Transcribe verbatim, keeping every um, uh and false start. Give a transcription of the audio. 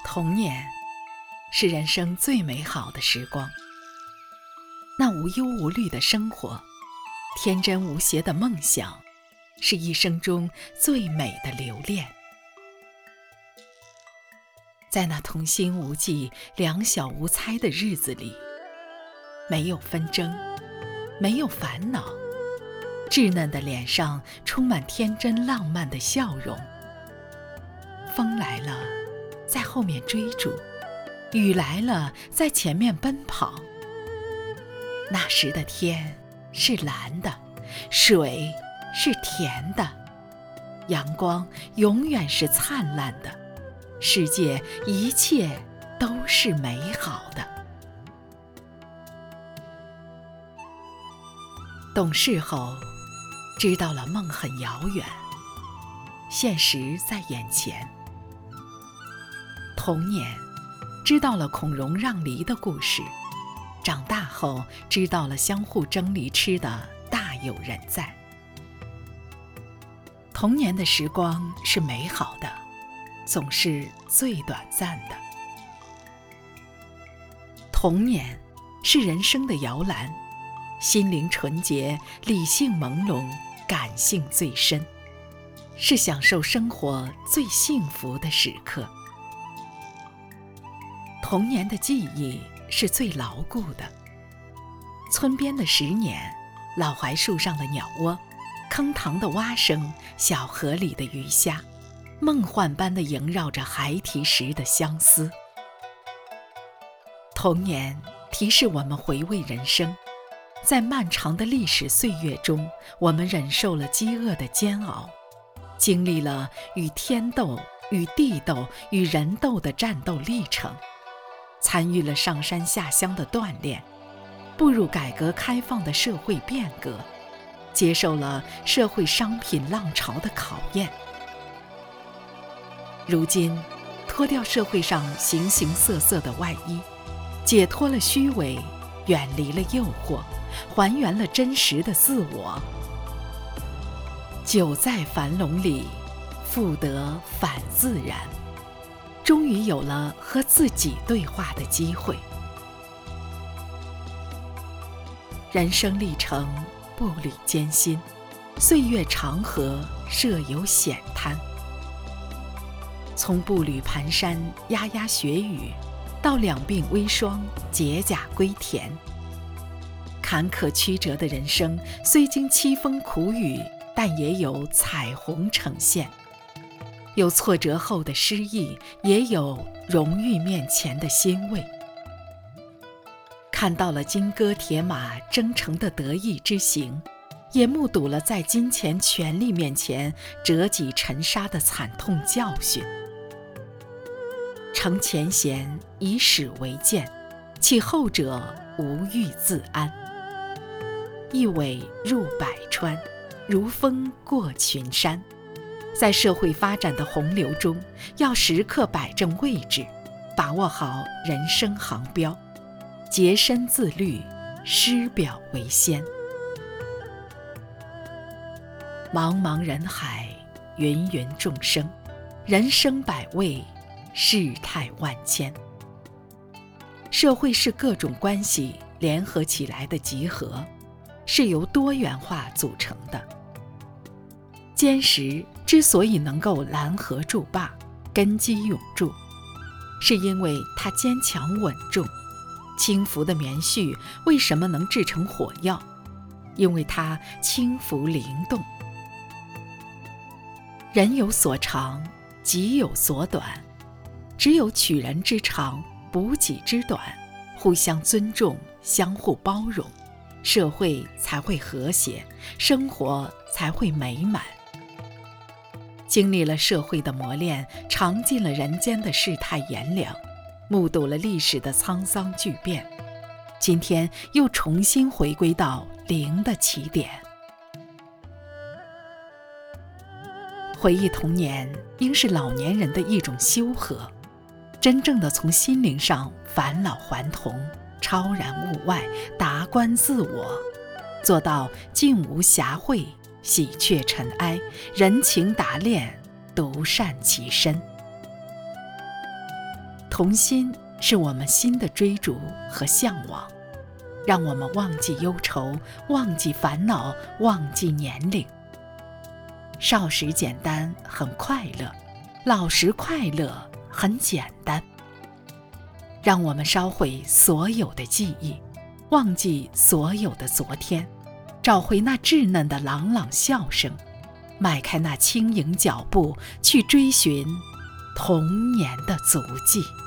童年是人生最美好的时光，那无忧无虑的生活，天真无邪的梦想，是一生中最美的留恋。在那童心无忌、两小无猜的日子里，没有纷争，没有烦恼，稚嫩的脸上充满天真浪漫的笑容。风来了，在后面追逐；雨来了，在前面奔跑。那时的天是蓝的，水是甜的，阳光永远是灿烂的，世界一切都是美好的。懂事后，知道了梦很遥远，现实在眼前。童年知道了孔融让梨的故事，长大后知道了相互争梨吃的大有人在。童年的时光是美好的，总是最短暂的。童年是人生的摇篮，心灵纯洁，理性朦胧，感性最深，是享受生活最幸福的时刻。童年的记忆是最牢固的，村边的石碾，老槐树上的鸟窝，坑塘的蛙声，小河里的鱼虾，梦幻般地萦绕着孩提时的相思。童年提示我们回味人生，在漫长的历史岁月中，我们忍受了饥饿的煎熬，经历了与天斗、与地斗、与人斗的战斗历程，参与了上山下乡的锻炼，步入改革开放的社会变革，接受了社会商品浪潮的考验。如今，脱掉社会上形形色色的外衣，解脱了虚伪，远离了诱惑，还原了真实的自我。久在樊笼里，复得返自然，终于有了和自己对话的机会。人生历程步履艰辛，岁月长河设有险滩。从步履蹒跚、牙牙学语，到两鬓微霜、解甲归田。坎坷曲折的人生，虽经凄风苦雨，但也有彩虹呈现。有挫折后的失意，也有荣誉面前的欣慰。看到了金戈铁马征程的得意之行，也目睹了在金钱权力面前折戟沉沙的惨痛教训。承前贤，以史为鉴，其后者无欲自安。一苇入百川，如风过群山。在社会发展的洪流中，要时刻摆正位置，把握好人生航标，洁身自律，师表为先。茫茫人海，芸芸众生，人生百味，世态万千。社会是各种关系联合起来的集合，是由多元化组成的。坚实之所以能够拦河筑坝，根基永驻，是因为它坚强稳重。轻浮的棉絮为什么能制成火药？因为它轻浮灵动。人有所长，己有所短，只有取人之长，补己之短，互相尊重，相互包容，社会才会和谐，生活才会美满。经历了社会的磨练，尝尽了人间的世态炎凉，目睹了历史的沧桑巨变，今天又重新回归到零的起点。回忆童年，应是老年人的一种修和，真正的从心灵上返老还童，超然物外，达观自我，做到静无暇秽，喜却尘埃，人情达练，独善其身。 童心是我们心的追逐和向往，让我们忘记忧愁，忘记烦恼，忘记年龄。少时简单很快乐，老时快乐很简单。让我们烧毁所有的记忆，忘记所有的昨天，找回那稚嫩的朗朗笑声，迈开那轻盈脚步，去追寻童年的足迹。